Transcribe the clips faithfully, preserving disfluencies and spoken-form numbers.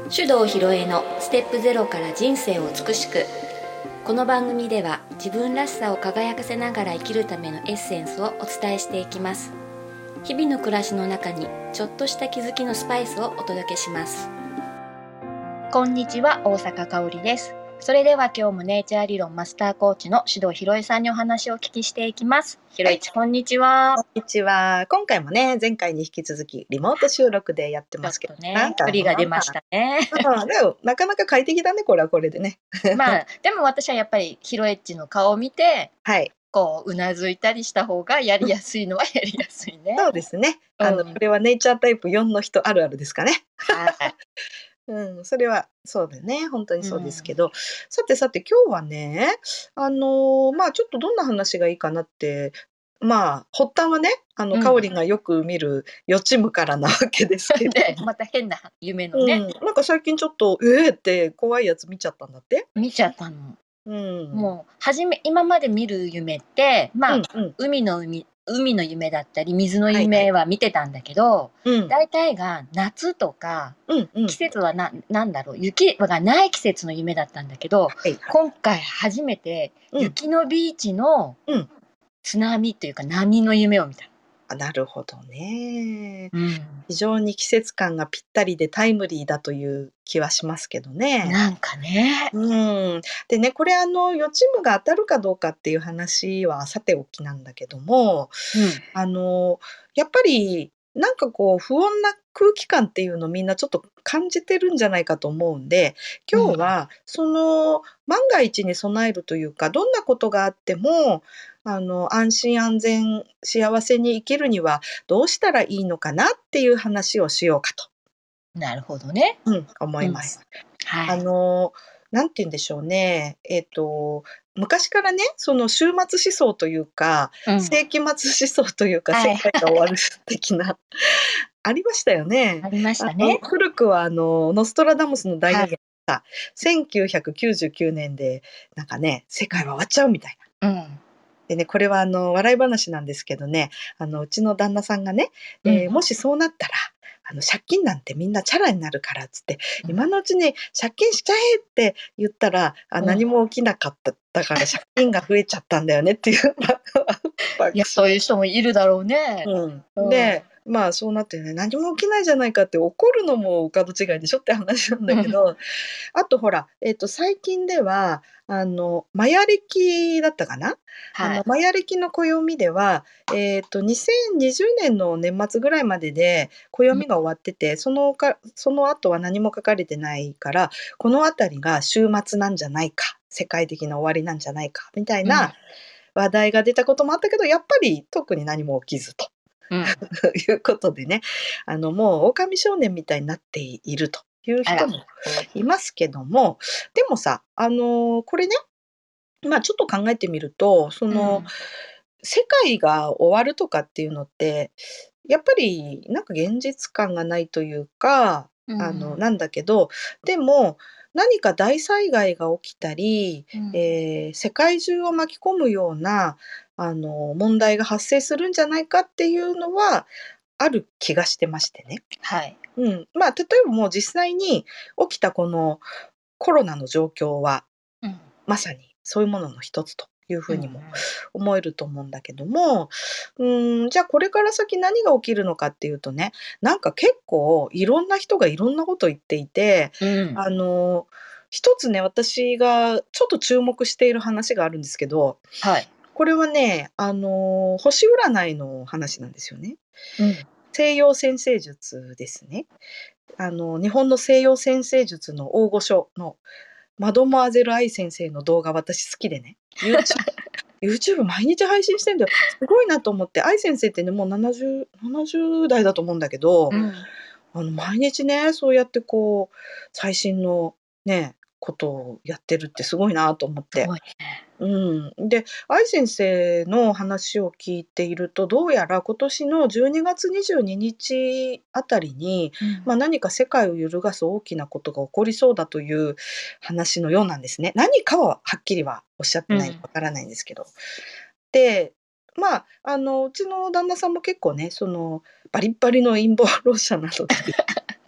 手動ひろえのステップゼロから人生を美しく。この番組では自分らしさを輝かせながら生きるためのエッセンスをお伝えしていきます。日々の暮らしの中にちょっとした気づきのスパイスをお届けします。こんにちは、大阪香織です。それでは今日もネイチャー理論マスターコーチの手動ひろえさんにお話をお聞きしていきます。ひろえち、こんにちは。 こんにちは。今回もね、前回に引き続きリモート収録でやってちょっますけど、 とね、 なんか距離が出ましたね。 まあ、うん、でもなかなか快適だね、これはこれでね。 まあ、でも私はやっぱりひろえっちの顔を見て、 はい。 こううなずいたりした方がやりやすいのはやりやすいね。 そうですね。あの、 うんこれはネイチャータイプよんの人あるあるですかね。 はい。 うん、それはそうだよね。本当にそうですけうんど、さてさて今日はね、あの、まあ、ちょっとどんな話がいいかなって、まあ、発端はね、あの、 うんかおりんがよく見る予知夢からなわけですけど、 で、また変な夢のうね、 ん、なんか最近ちょっと、ええって怖いやつ見ちゃったんだって？ 見ちゃったの。 うん。 もう初め今まで見る夢って、まあ、 うんうん。 海の海海の夢だったり、水のはいはい。 夢は見てたんだけど、 うん。 大体が夏とか、 うんうん。 季節はななんだろう、雪がない季節の夢だったんだけど、 はいはい。 今回初めてうん。 雪のビーチのうん。 津波っていうか波の夢を見た。 あ、なるほどね。 うん。 非常に季節感がぴったりでタイムリーだという気はしますけどね。 なんかね。 うん。でね、これあの予知夢が当たるかどうかっていう話はさておきなんだけども、 うん。 あの、やっぱりなんかこう不穏な空気感っていうのをみんなちょっと感じてるんじゃないかと思うんで、今日はその万が一に備えるというか、どんなことがあっても、あの、安心安全幸せに生きるにはどうしたらいいのかなっていう話をしようかと、 なるほどね。 うん、思うん。 います。あはい。 の、なんて言うんでしょうね。えっと、昔からね、その終末思想というか、 うん。 世紀末思想というか、世はい。 界が終わる的なありましたよね。 ありましあの、 たね。 古くはあの、ノストラダムスの大はい。 予言がせんきゅうひゃくきゅうじゅうきゅうねんで、なんかね、世うん。 界は終わっちゃうみたいな。 うん。 でね、これはあの、笑い話なんですけどね、あの、うちの旦那さんがね、 うん。 えーもしそうなったら、あの、借金なんてみんなチャラになるからっつって、 うん。 今のうちに借金しちゃえって言ったら、あ、 うん。 何も起きなかった。だから借金が増えちゃったんだよねっていう爆いや、そういう人もいるだろうね。 うん。 うん。 で、まあ、そうなってね、何も起きないじゃないかって怒るのもお門違いでしょって話なんだうん。 けど、あとほら、えっと、最近では、あの、マヤ暦だったかな？あの、 はい。 マヤ暦の暦では、えっと、にせんにじゅうねんの年末ぐらいまででうん。 暦が終わってて、そのかその後は何も書かれてないから、このあたりが終末なんじゃないか、世界的な終わりなんじゃないかみたいうん。 な話題が出たこともあったけど、やっぱり特に何も起きずと。 うん。 ということでね、あの、もう狼少年みたいになっているというあら。 人もいますけども、でもさ、あの、これね、まあ、ちょっと考えてみると、その、 うん。 世界が終わるとかっていうのって、やっぱりなんか現実感がないというか、 うあの、 ん。 なんだけど、でも、何か大災害が起きたり、 うん。 えー世界中を巻き込むような、あの、問題が発生するんじゃないかっていうのは、ある気がしてましてね。 はい。 うん。まあ、例えばもう実際に起きたこのコロナの状況は、 うん。 まさにそういうものの一つというふうん。 うにも思えると思うんだけども、うーん、じゃあこれから先何が起きるのかっていうとね、なんか結構いろんな人がいろんなこと言っていて、 うん。 あの、一つね、私がちょっと注目している話があるんですけど、 はい。 これはね、あの、星占いの話なんですよね。 うん。 西洋占星術ですね。あの、日本の西洋占星術の大御所のマドモアゼル愛先生の動画私好きでね、ユーチューブ YouTube 毎日配信してんだよ。すごいなと思って、愛先生ってね、もうななじゅう、ななじゅう代だと思うんだけど、 うん。 あの、毎日ね、そうやってこう、最新のね、ことをやってるってすごいなと思って。 すごいね。 うん。で、愛先生の話を聞いていると、どうやら今年のじゅうにがつにじゅうににちあたりに、 うん。 まあ、何か世界を揺るがす大きなことが起こりそうだという話のようなんですね。何かははっきりはおっしゃってないのでうん。 わからないんですけど。で、まあ、あの、うちの旦那さんも結構ね、その、バリッバリの陰謀論者なので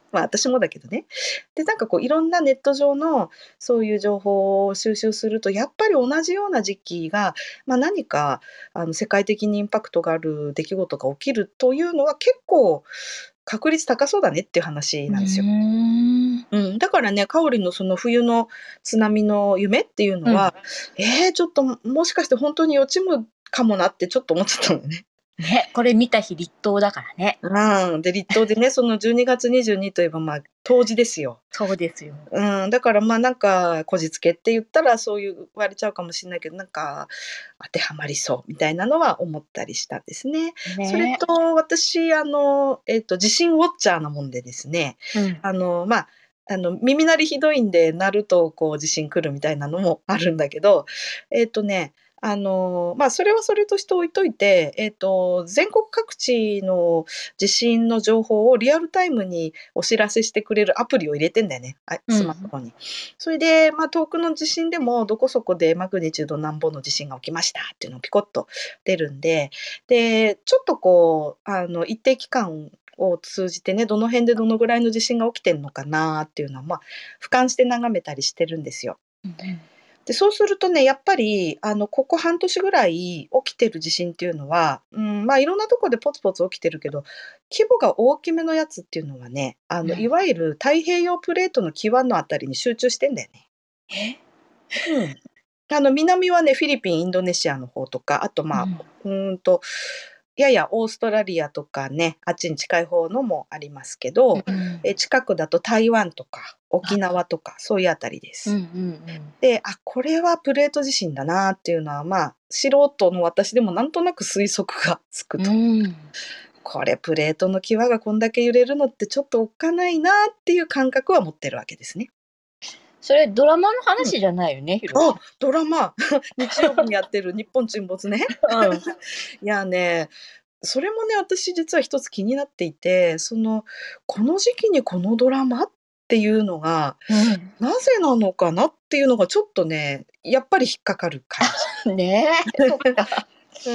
まあ私もだけどね。で、なんかこういろんなネット上のそういう情報を収集すると、やっぱり同じような時期が、まあ、何かあの世界的にインパクトがある出来事が起きるというのは結構確率高そうだねっていう話うなんですよ。 ーん。 うん、だからね、かおりんのその冬の津波の夢っていうのうん。 は、えー、ちょっともしかして本当に落ちむかもなってちょっと思っちゃったのね。 ね、これ見た日立冬だからね。 うん、で、立冬でね、そのじゅうにがつにじゅうにといえば、まあ、冬至ですよ。 そうですよ。 うん、だからまあなんか、こじつけって言ったらそういう言われちゃうかもしれないけど、なんか、当てはまりそうみたいなのは思ったりしたんですね。それね。 と、私、あの、えっと、地震ウォッチャーなもんでですね、 うん。 あの、まあ、あの、耳鳴りひどいんで、鳴るとこう地震来るみたいなのもあるんだけど、えっとね、あの、まあ、それはそれとして置いといて、えっと、全国各地の地震の情報をリアルタイムにお知らせしてくれるアプリを入れてんだよね、あ、 うん。 スマートフォンに。それで、まあ、遠くの地震でも、どこそこでマグニチュードなんぼの地震が起きましたっていうのをピコッと出るんで、で、ちょっとこう、あの、一定期間を通じてね、どの辺でどのぐらいの地震が起きてんのかなっていうのは、まあ、俯瞰して眺めたりしてるんですよ。 うんうんで、そうするとね、やっぱり、あの、ここ半年ぐらい起きてる地震っていうのは、うん、まあ、いろんなとこでポツポツ起きてるけど、規模が大きめのやつっていうのはね、あの、いわゆる太平洋プレートの際のあたりに集中してんだよね。 えうん。あの、南はね、フィリピン、インドネシアの方とか、あと、まあ、うーんと、ややオーストラリアとかね、あっちに近い方のもありますけど、 うんえ、近くだと台湾とか沖縄とか、そういうあたりでうんうす。 んで、あ、これはプレート地震だなっていうのは、まあ、素人の私でもなんとなく推測がつくと。 うん。うん。 これプレートの際がこんだけ揺れるのってちょっとおっかないなっていう感覚は持ってるわけですね。 それドラマのうん。 話じゃないよね、ひろあ、 し。 ドラマ、日曜日にやってる日本沈没ね。 うん。 いやね、それもね、私実は一つ気になっていて、その、この時期にこのドラマっていうのが、なぜなのかなっていうのがちょっとね、やっぱり引っかかる感じ。 うん。ねえ、そっか。 うん。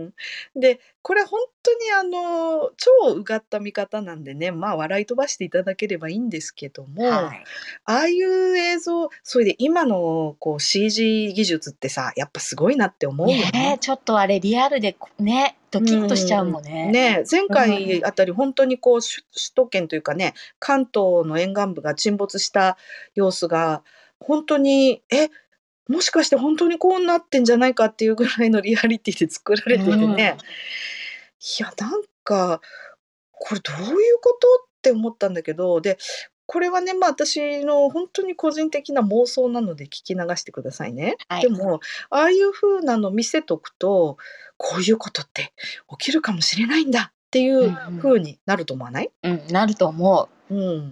で、これほんとにあの、超うがった見方なんでね、まあ、笑い飛ばしていただければいいんですけども、 はい。 ああいう映像、それで今のこう シージー 技術ってさ、やっぱすごいなって思うよねえ、 ね。 ちょっとあれリアルでこね、ドうキッとしちゃうーん。 もんね。 ね、前うん。 回あたりほんとにこう、しゅ首都圏というかね、関東の沿岸部が沈没した様子が、ほんとに、え、もしかしてほんとにこうなってんじゃないかっていうぐらいのリアリティで作られててうん。 ね、いや、なんか、これどういうことって思ったんだけど、で、これはね、ま、私のほんとに個人的な妄想なので聞き流してくださいね。 はい。 でも、ああいう風なの見せとくと、こういうことって起きるかもしれないんだっていううんうん。 風になると思わない？ うん、なると思うん。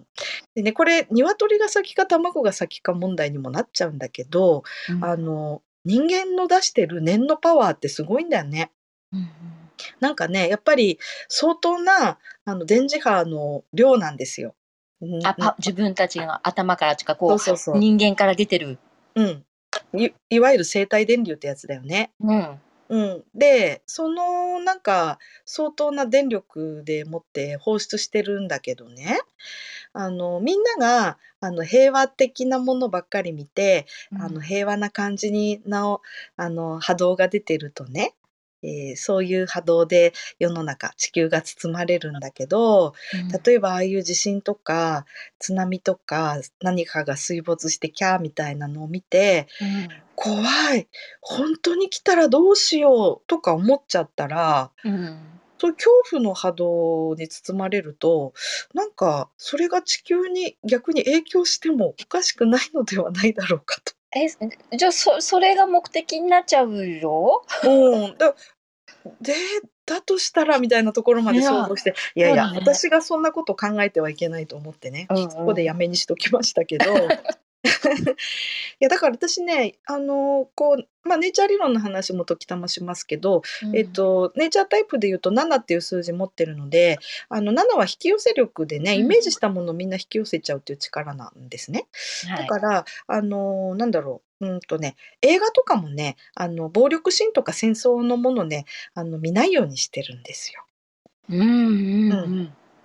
でね、これ鶏が先か卵が先か問題にもなっちゃうんだけど、 う。うん。 あの、人間の出してる念のパワーってすごいんだよね。 うんうん。 なんかね、やっぱり相当なあの電磁波の量なんですよ。んん、 あ、パ自分たちの頭からちか、 そうこう、 そうそう。 人間から出てる。 うん。いいわゆる生体電流ってやつだよね。 うん。 うん。で、そのなんか相当な電力でもって放出してるんだけどね、あの、みんながあの平和的なものばっかり見て、 うん。 あの平和な感じになおあの波動が出てるとね、ええ、そういう波動で世の中、地球が包まれるんだけど、 うん。 例えばああいう地震とか津波とか、何かが水没してキャーみたいなのを見て、 うん。 怖い、ほんとに来たらどうしようとか思っちゃったら、 うん。 そういう恐怖の波動に包まれると、なんかそれが地球に逆に影響してもおかしくないのではないだろうかと。 え、すじゃ、そそれが目的になっちゃうよ？ うん、だで、だとしたらみたいなところまでいや、 想像して、いやいや、 そうだね。 私がそんなこと考えてはいけないと思ってね、 うんそこでうん。 やめにしときましたけど。いや、だから私ね、あの、こう、ま、ネイチャー理論の話も時たましますけど、えっうん。 と、ネイチャータイプで言うとななっていう数字持ってるので、あの、ななは引き寄せ力でね、 うん。 イメージしたものをみんな引き寄せちゃうっていう力なんですね。だはい。 から、あの、なんだろう、うんとね、映画とかもね、あの、暴力シーンとか戦争のものね、あの、見ないようにしてるんですよ。 うんうんううん。 ん。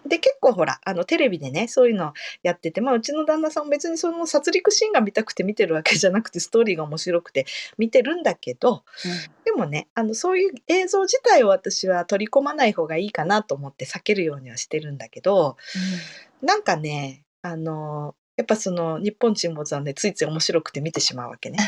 で、結構ほら、あの、テレビでね、そういうのやってて、まあ、うちの旦那さんも別にその殺戮シーンが見たくて見てるわけじゃなくて、ストーリーが面白くて見てるんだけど、 うん。 でもね、あの、そういう映像自体を私は取り込まない方がいいかなと思って避けるようにはしてるんだけど、 うん。 なんかね、あの、やっぱその日本沈没はね、ついつい面白くて見てしまうわけね。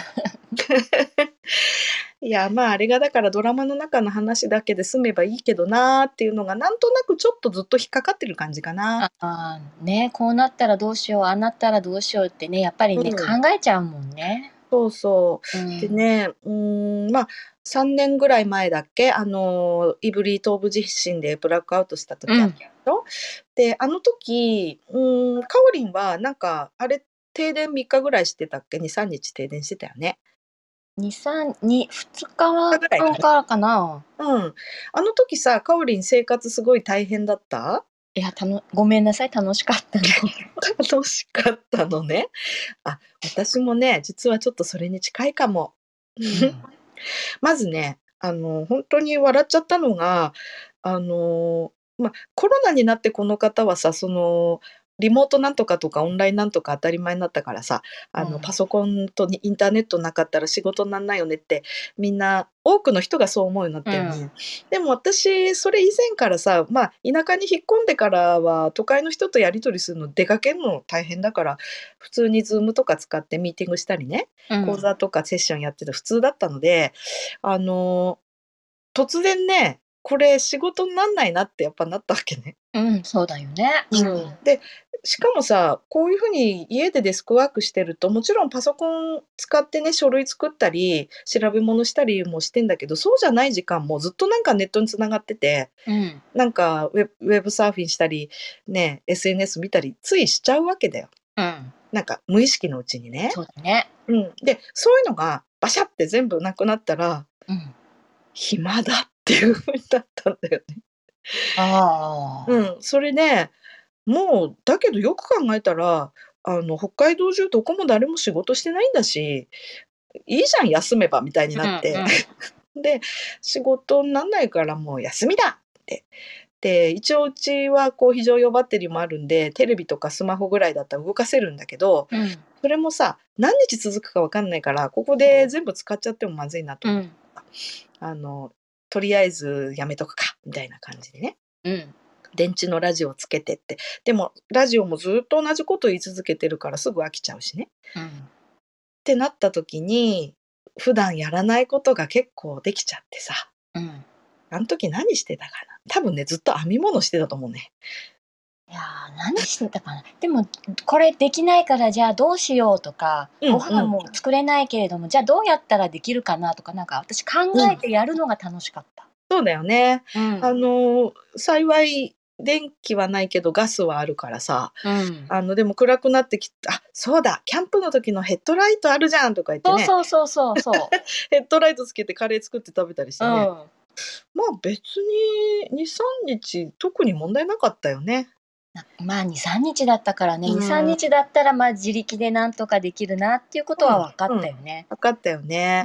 いや、まあ、あれがだからドラマの中の話だけで済めばいいけどなっていうのが、なんとなくちょっとずっと引っかかってる感じかな。 ああ、ね、こうなったらどうしよう、ああなったらどうしようってね、やっぱりね、 うん。 考えちゃうもんね。 そうそう。でうん。 ね、うーん、まあ、さんねんぐらい前だっけ、あの、胆振東部地震でブラックアウトしたう時あったん。 でしょ。で、あの時、うーん、かおりんはなんか、あれ、停電みっかぐらいしてたっけ？に、さんにち停電してたよね。 に、さんにふつかふつかぐらいかな。 からかな。 うん。あの時さ、かおりん生活すごい大変だった？ いや、たのごめんなさい、楽しかったの。 楽しかったのね。あ、私もね、実はちょっとそれに近いかも。 うん。 まずね、あの、ほんとに笑っちゃったのが、あの、ま、コロナになってこの方はさ、その、リモートなんとかとかオンラインなんとか当たり前になったからさ、あの、 うん。 パソコンとにインターネットなかったら仕事なんないよねって、みんな多くの人がそう思うようになっうたよね。 ん。 でも私、それ以前からさ、ま、田舎に引っ込んでからは、都会の人とやり取りするの出かけんの大変だから、普通に Zoom とか使ってミーティングしたりね、講うん。 座とかセッションやってて普通だったので、あの、突然ね、これ仕事んなんないなってやっぱなったわけね。 うん、そうだよね。ううん。 ん。 で、しかもさ、こういう風に家でデスクワークしてると、もちろんパソコン使ってね、書類作ったり、調べ物したりもしてんだけど、そうじゃない時間もずっとなんかネットに繋がってて、 うん。 なんかウェウェブサーフィンしたり、ね、エスエヌエス 見たり、ついしちゃうわけだよ。 うん。 なんか無意識のうちにね。 そうだね。 うん。で、そういうのがバシャって全部なくなったら、 うん。 暇だっていう風になったんだよね。うああ。 ん、それで、もう、だけどよく考えたら、あの、北海道中どこも誰も仕事してないんだし、いいじゃん、休めばみたいにうんなって。 うん。 で、仕事んなんないからもう休みだって。で、一応うちはこう非常用バッテリーもあるんで、テレビとかスマホぐらいだったら動かせるんだけど、 うん。 それもさ、何日続くか分かんないから、ここで全部使っちゃってもまずいなと思って、 うん。 あの、とりあえずやめとくかみたいな感じでね。 うん。 電池のラジオつけてって。でもラジオもずっと同じこと言い続けてるからすぐ飽きちゃうしね。 うん。 ってなった時に、普段やらないことが結構できちゃってさ。 うん。 あん時何してたかな。多分ね、ずっと編み物してたと思うね。 いや、何してたかな。でも、これできないからじゃあどうしようとか、ごうんうん。 飯も作れないけれども、じゃあどうやったらできるかなとか、なんか私考うん。 えてやるのが楽しかった。 そうだよね。あうん。 の、幸い電気はないけどガスはあるからさ、 うん。 あの、でも暗くなってきあ、そうだ、キャンプの時のヘッドライトあるじゃんとか言ってね、 そうそうそうそうそう。 ヘッドライトつけてカレー作って食べたりしうてね。 ん。 まあ、別にに、さんにち特に問題なかったよね。 なまあ、に、さんにちだったからね、 うに、3 ーん。 日だったら、ま、自力でなんとかできるなっていうことうん、 は分かっうん。 たよね。 分かったよね。 うん。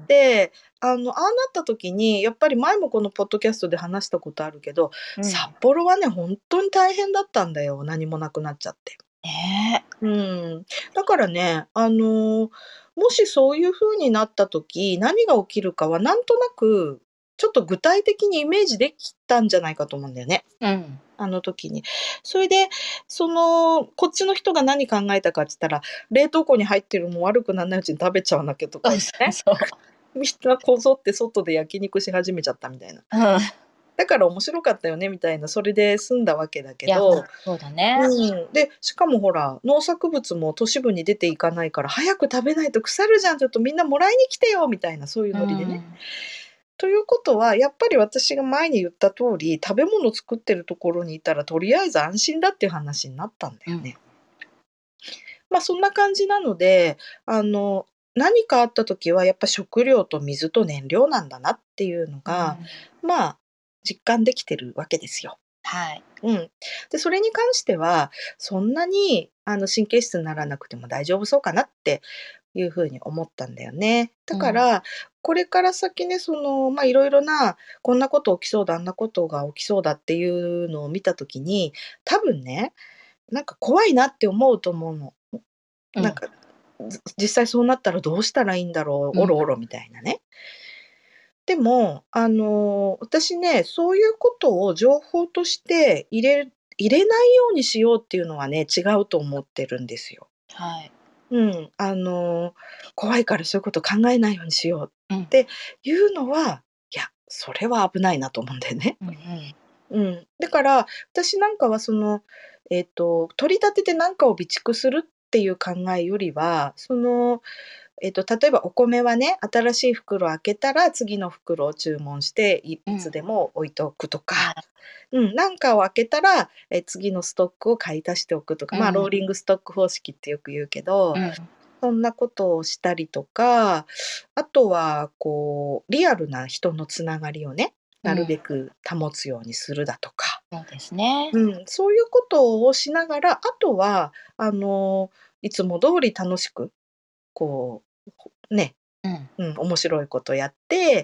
で、あの、ああなった時に、やっぱり前もこのポッドキャストで話したことあるけど、札うん。 幌はね、ほんとに大変だったんだよ、何もなくなっちゃって。 ねえ。 うん。だからね、あの、もしそういう風になった時、何が起きるかはなんとなく、ちょっと具体的にイメージできたんじゃないかと思うんだよね。 うん。 あの時に。それで、その、こっちの人が何考えたかっつったら、冷凍庫に入ってるもん悪くなんないうちに食べちゃわなきゃとかそう言ってね。 そうそう。 みんなこぞって外で焼肉し始めちゃったみたいな。 うん。 だから面白かったよねみたいな、それで済んだわけだけいや、ほんど、 そうだね。 うん。で、しかもほら、農作物も都市部に出ていかないから、早く食べないと腐るじゃん、ちょっとみんなもらいに来てよみたいな、そういううノリでね。 ん。 ということは、やっぱり私が前に言った通り、食べ物作ってるところにいたら、とりあえず安心だっていう話になったんだうん。 よね。ま、そんな感じなので、あの、何かあった時はやっぱ食料と水と燃料なんだなっていうのが、 うん。 まあ、実感できてるわけですよ。 はい。 うん。で、それに関しては、そんなにあの、神経質にならなくても大丈夫そうかなっていうふうに思ったんだよね。だかうん。 ら、これから先ね、その、ま、いろいろな、こんなこと起きそうだ、あんなことが起きそうだっていうのを見た時に、多分ね、なんか怖いなって思うと思うの。 うん。 なんか、ず実際そうなったらどうしたらいいんだろう、 うん。 おろおろみたいなね。でも、あの、私ね、そういうことを情報として入れ入れないようにしようっていうのはね、違うと思ってるんですよ。 はい。 うん、あの、怖いからそういうこと考えないようにしよううん。 っていうのは、いや、それは危ないなと思うんだよね。 うんうん。 うん。だから、私なんかはその、えっと、取り立てて何かを備蓄するっていう考えよりは、その、えっと、例えばお米はね、新しい袋開けたら次の袋を注文して、いうん。 いつでも置いておくとか、 はい。 うん、なんかを開けたら、え、次のストックを買い足しておくとか、まあ、 うん。 ローリングストック方式ってよく言うけど、 うん。 そんなことをしたりとか、あとはこう、リアルな人のつながりをね、なるうん。 べく保つようにするだとか、 そうですね。 うん、そういうことをしながら、あとは、あの、いつも通り楽しく、こう、ほね、 うん。 うん、面白いことやって、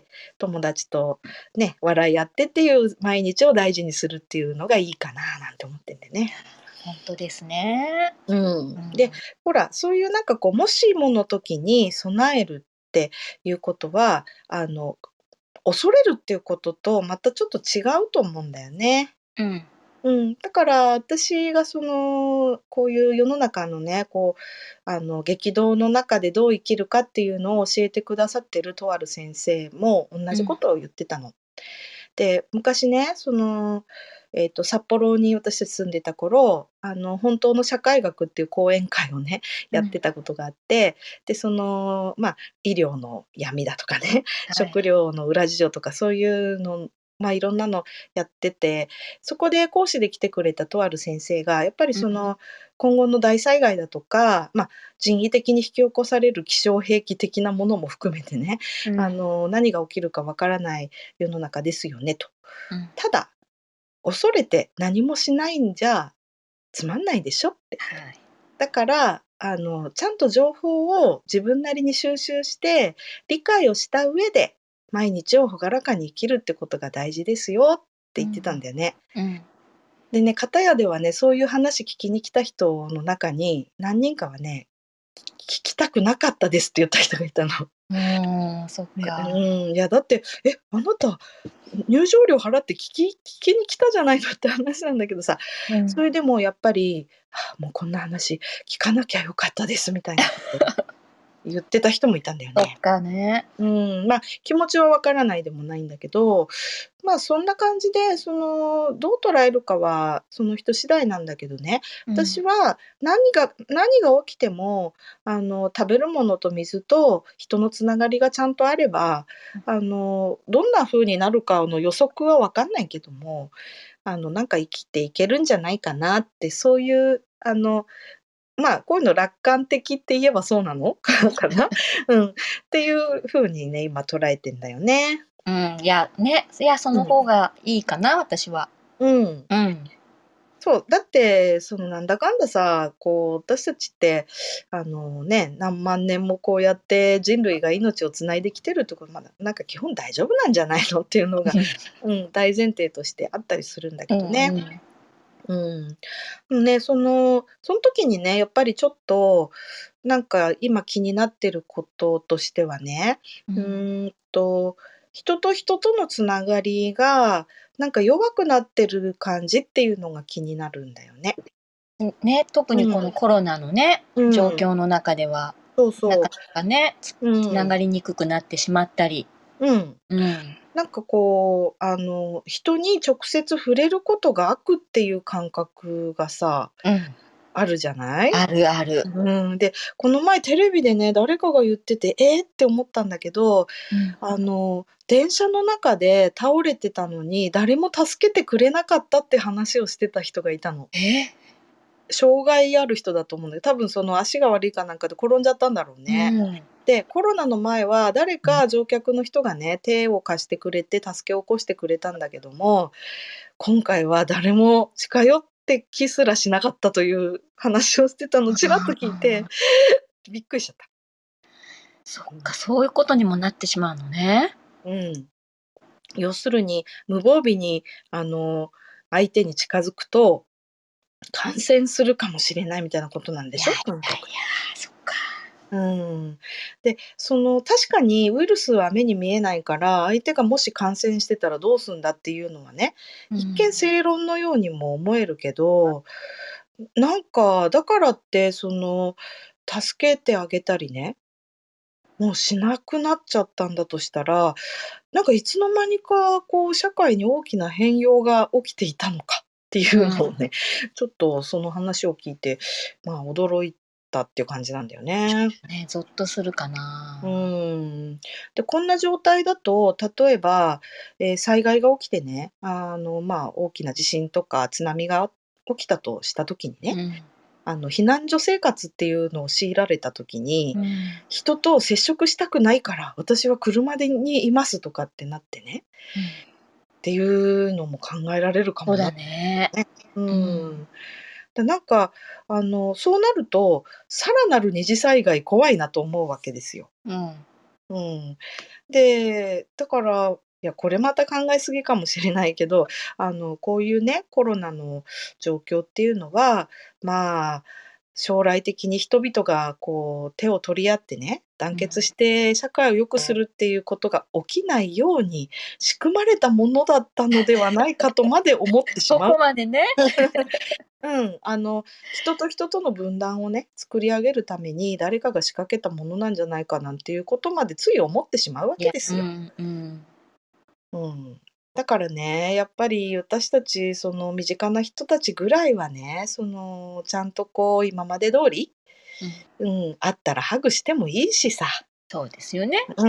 友達とね、笑い合ってっていう毎日を大事にするっていうのがいいかななんて思ってんだよね。 ほんとですね。 うん。 うん。 で、ほら、そういうなんかこう、もしもの時に備えるっていうことは、あの、恐れるっていうこととまたちょっと違うと思うんだよね。 うん。 うん、だから私がその、こういう世の中のね、こう、あの、激動の中でどう生きるかっていうのを教えてくださってるとある先生も同うん。 じことを言ってたの。で、昔ね、その、えっと、札幌に私たち住んでた頃、あの、本当の社会学っていう講演会をね、やっうん。 てたことがあって、で、その、まあ、医療の闇だとかね、 はい。 食料の裏事情とかそういうの、まあ、いろんなのやってて、そこで講師で来てくれたとある先生が、やっぱりうん。 その、今後の大災害だとか、まあ、人為的に引き起こされる気象兵器的なものも含めてね、 うん。 あの、何が起きるかわからない世の中ですよねと。 うん。 ただ、恐れて何もしないんじゃつまんないでしょって。 はい。 だから、あの、ちゃんと情報を自分なりに収集して、理解をした上で、毎日を朗らかに生きるってことが大事ですよって言ってたんうん。 だよね。 うん。 でね、片やではね、そういう話聞きに来た人の中に、何人かはね、聞きたくなかったですって言った人がいたの。 うーん、そっね、うか。 ん、いやだって、え、あなた入場料払って聞き聞きに来たじゃないのって話なんだけどさ、 うん。 それでもやっぱり、はあ、もうこんな話聞かなきゃよかったですみたいなこと言ってた人もいたんだよね。 そっかね。 うん、ま、気持ちはわからないでもないんだけど、まあ、そんな感じで、その、どう捉えるかはその人次第なんだけどね、 うん。 私は何が何が起きても、あの、食べるものと水と人のつながりがちゃんとあれば、あの、どんな風になるかの予測はわかんないけども、あの、なんか生きていけるんじゃないかなって、そういう、あの、まあ、こういうの楽観的って言えばそうなのかな？うん、っていう風にね、今捉えてんだよね。 うん、いや、ね、いや、そうん。 の方がいいかな、私は。 うん。 うん。 そう、だって、その、なんだかんださ、こう、私たちって、あの、ね、何万年もこうやって人類が命を繋いできてるってこと、まだ、なんか基本大丈夫なんじゃないのっていうのが、うん、大前提としてあったりするんだうんけどね。 うん。 うん。うんね、その、そん時にね、やっぱりちょっと、なんか今気になってることとしてはね、ううん。 ーんと、人と人とのつながりが、なんか弱くなってる感じっていうのが気になるんだよね。 うん、ね、特にこのうん。 コロナのね、 うん。 状況の中では、 そうそなかなかね、つう。うん。 繋がりにくくなってしまったり。 うん。 うん。 なんかこう、あの、人に直接触れることが悪っていう感覚がさ、 うん。 あるじゃない？ あるある。 うん、で、この前テレビでね、誰かが言ってて、ええって思ったんだけど、 うん。 あの、電車の中で倒れてたのに、誰も助けてくれなかったって話をしてた人がいたの。 え？ 障害ある人だと思うんだけど、多分その足が悪いかなんかで転んじゃったんだろううね。 ん。 で、コロナの前は誰うん。 か乗客の人がね、手を貸してくれて助け起こしてくれたんだけども、今回は誰も近寄ってきすらしなかったという話をしてたのをちらっと聞いて、 ああ。 びっくりしちゃった。 そっか、そういうことにもなってしまうのね。 うん。要するに、無防備に、あの、相手に近づくと、感染するかもしれないみたいなことなんでしょ、 いやいやいとにかく。 や、そっか。 うん。で、その、確かにウイルスは目に見えないから、相手がもし感染してたらどうすんだっていうのはね、 うん。 一見正論のようにも思えるけど、なんか、だからって、その、助けてあげたりね、もうしなくなっちゃったんだとしたら、なんかいつの間にか、こう、社会に大きな変容が起きていたのかっていうのをね、ちょっとその話を聞いて、まあ、驚いたっていう感じなんだよね。 ね、ゾッとするかな。 うーん。で、こんな状態だと、例えば、えー災害が起きてね、あの、まあ、大きな地震とか津波が起きたとした時にね、 うん。 あの、避難所生活っていうのを強いられた時に、 うん。 人と接触したくないから、私は車でにいますとかってなってね、 うん。 っていうのも考えられるかそうだもな。 ね。 ううんん。で、なんか、あの、そうなると、さらなる二次災害怖いなと思うわけですよ。 うん。 うん。で、だから、いや、これまた考えすぎかもしれないけど、あの、こういうね、コロナの状況っていうのは、まあ、将来的に人々がこう手を取り合ってね、団結して社会を良くするっていうことが起きないように仕組まれたものだったのではないかとまで思ってしそまう。 こまでね。 うん、あの、人と人との分断をね、作り上げるために誰かが仕掛けたものなんじゃないかなんていうことまでつい思ってしまうわいや、うけですよ。 んうん。 うん。だからね、やっぱり私たち、その身近な人たちぐらいはね、その、ちゃんとこう今まで通り、 うん。 うん、会ったらハグしてもいいしさ。 そうですよね。 うん、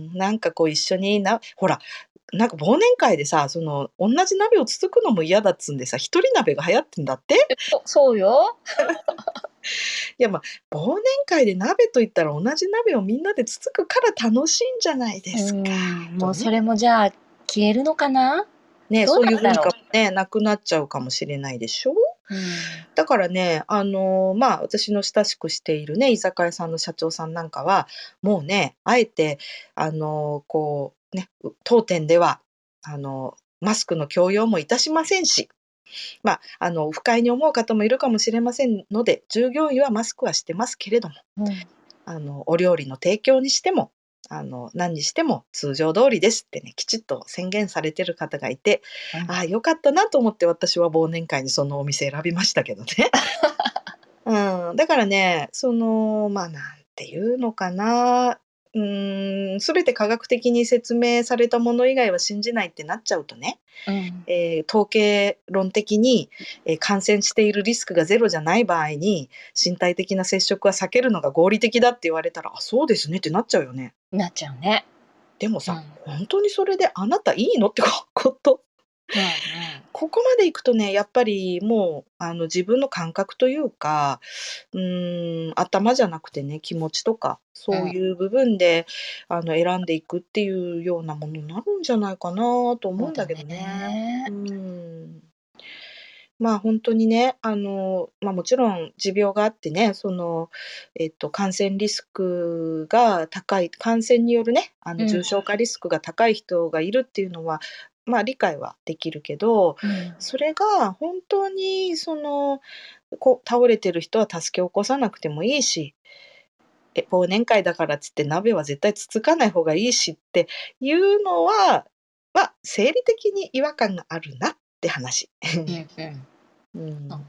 なんかこう一緒になほら、なんか忘年会でさ、その、同じ鍋をつつくのも嫌だっつんでさ、一人鍋が流行ってんだって。 そそうよ。 いや、ま、忘年会で鍋と言ったら同じ鍋をみんなでつつくから楽しいんじゃないでうすか、 ん、もとね。 うそれもじゃあ消えるのかな？ ね、 どうそういう文なんだろ化もね、なくなっちゃうかもしれないでしょ。 う。うん。 だからね、あの、まあ、私の親しくしているね、居酒屋さんの社長さんなんかは、もうね、あえて、あの、こう、ね、う当店では、あの、マスクの強要もいたしませんし、まあ、あの、不快に思う方もいるかもしれませんので、従業員はマスクはしてますけれども、 うん。 あの、お料理の提供にしても、あの、何にしても通常通りですってね、きちっと宣言されてる方がいて、 うん。 ああ、よかったなと思って私は忘年会にそのお店選びましたけどね。うん、だからね、その、まあ、なんていうのかな、うーん、全て科学的に説明されたもの以外は信じないってなっちゃうとね、 うん。 えー統計論的に、えー感染しているリスクがゼロじゃない場合に、身体的な接触は避けるのが合理的だって言われたら、あ、そうですねってなっちゃうよね。 なっちゃうね。 でもさ、 うん。 本当にそれであなたいいのってこと。 うんうん。 ここまで行くとね、やっぱりもう、あの、自分の感覚というか、うーん、頭じゃなくてね、気持ちとか、そういう部分で、あの、選んでいくっていうようなものになるんじゃないかなと思そうだうんだけどね。うね。 ーん。まあ、本当にね、あの、ま、もちろん持病があってね、その、えっと、感染リスクが高い感染によるね、あの、 うん。 重症化リスクが高い人がいるっていうのは、まあ、理解はできるけど、 うん。 それが本当にその、こう、倒れてる人は助け起こさなくてもいいし、え、忘年会だからっつって鍋は絶対つつかない方がいいしっていうのはは、生理的に違和感があるなって話。 うんうん。 うん。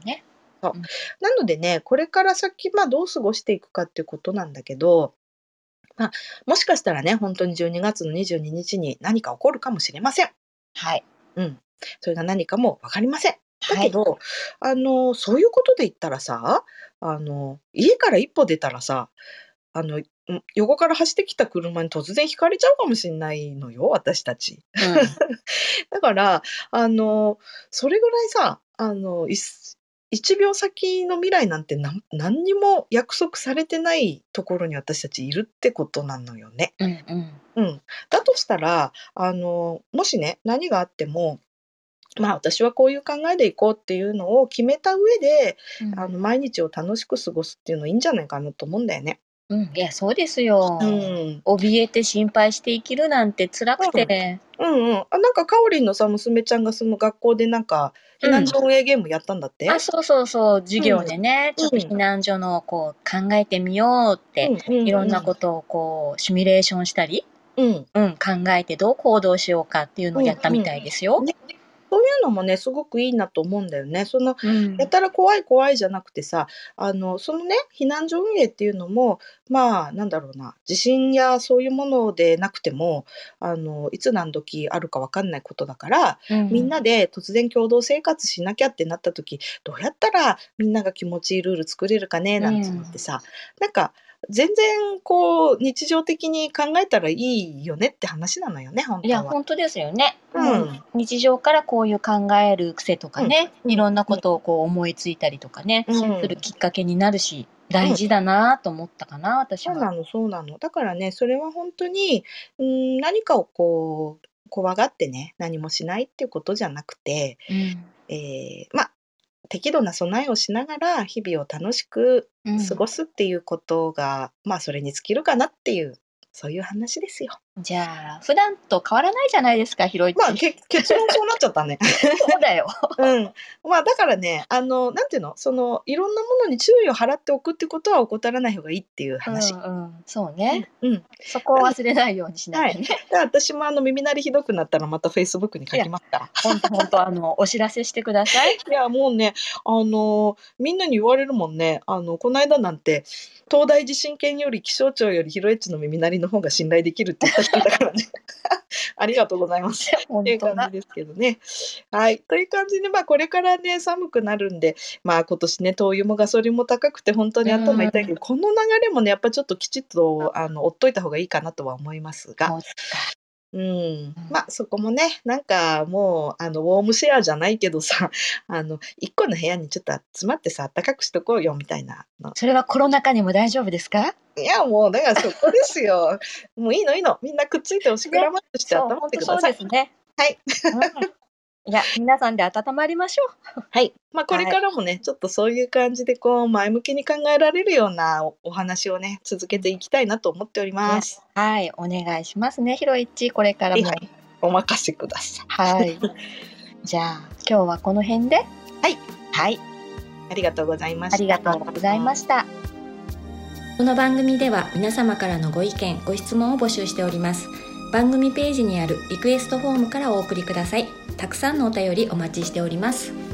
そうね。 そう。 うん。 なのでね、これから先、ま、どう過ごしていくかっていうことなんだけど、ま、もしかしたらね、ほんとにじゅうにがつのにじゅうににちに何か起こるかもしれません。 はい。 うん。それが何かも分かりません。だはい。 けど、あの、そういうことで言ったらさ、あの、家から一歩出たらさ、あの、ん、横から走ってきた車に突然ひかれちゃうかもしんないのよ、私たち。 うん。 だから、あの、それぐらいさ、あの、いすいちびょう先の未来なんてなん何にも約束されてないところに私たちいるってことなのよね。 うんうん。 うん。だとしたら、あの、もしね、何があっても、まあ、私はこういう考えでいこうっていうのを決めた上で、 うん。 あの、毎日を楽しく過ごすっていうのいいんじゃないかなと思うんだよね。 うん、いや、そうですよ。 うん。 怯えて心配して生きるなんて辛くて。 うんうんうん。あ、なんかかおりんのさ、娘ちゃんがその学校でなんか、避難うん。 所運営ゲームやったんだっあ、 て？ そうそうそう、授うん。 業でね、ちょっとうん。 避難所のこう考えてみようって、 うんうんいろんなうん。 ことをこうシミュレーションしたり、 うん。 うん、考えてどう行動しようかっていうのをうんやったみたいですよ。 うん。ね、そういうのもね、すごくいいなと思うんだよね。その、 うん。 やたら怖い怖いじゃなくてさ、あの、そのね、避難所運営っていうのも、まあ、なんだろうな、地震やそういうものでなくても、あの、いつ何時あるか分かんないことだから、みんうん。 なで突然共同生活しなきゃってなった時、どうやったらみんなが気持ちいいルール作れるかね、 うなんつうのっん。 てさ、なんか全然こう日常的に考えたらいいよねって話なのよね、本いや、 当は。 ほんとですよね。 うもうん。 日常からこういう考える癖とかうん、 ね、 うん、 いろんなうん。 ことをこう思いついたりとかね、 うするん。 きっかけになるし、 うん。 大事だなと思ったかな、私は。 そうなのそうなの。だからね、それはほんとに、うーん、何かをこう、怖がってね、何もしないっていうことじゃなくて、 うん。 ええ、ま、適度な備えをしながら、日々を楽しくうん。 過ごすっていうことが、ま、それに尽きるかなっていう、そういう話ですよ。 じゃあ、普段と変わらないじゃないですか、ひろいまあ、 ち。 け結論そうなっちゃったね。 そうだよ。 うん。まあ、だからね、あの、なんていうの、その、いろんなものに注意を払っておくってことは怠らない方がいいっていうう話。 んうん、そううん、 ね。 うん。 そこを忘れないようにしなはい。 きゃね。 で、私もあの耳鳴りひどくなったらまた Facebook に書いや、 きますから。 ほんとほんと、あの、お知らせしてください。 いや、もうね、あの、みんなに言われるもんね。あの、こないだなんて、東大地震研より気象庁よりヒロエッチの耳鳴りの方が信頼できるって言った人いたからね。ありがとうございます。 ほっていうんとだ。 感じですけどね。はい。という感じで、ま、これからね、寒くなるんで、まあ、今年ね、灯油もガソリンも高くてほんとうに頭ーん。 痛いけど、この流れもね、やっぱちょっときちっと、あの、追っといた方がいいかなとは思いますが。 そうですか。 うーん、 うん。 ま、そこもね、なんかもう、あの、ウォームシェアじゃないけどさ、あの、いっこの部屋にちょっと集まってさ、あったかくしとこうよみたいなの。 それはコロナ禍にも大丈夫ですか？ いや、もうだからそこですよ。もういいのいいの。みんなくっついておしくらね、 まってしてあっそう、 たまっほんとそうてください。 ですね。 はい。 うん。いや、皆さんで温まりましょう。 はい。ま、これはい。 からもね、ちょっとそういう感じでこう前向きに考えられるようなおお話をね、続けうん。 ていきたいなと思っておりいや、 ます。 はい、お願いしますね、ひろいち、これからも。 はいはい。お任せください。 はい。じゃあ、今日はこの辺で。 はい。 はい。 ありがとうございまありがした。 とうございました。この番組では皆様からのご意見、ご質問を募集しております。番組ページにあるリクエストフォームからお送りください。たくさんのお便りお待ちしております。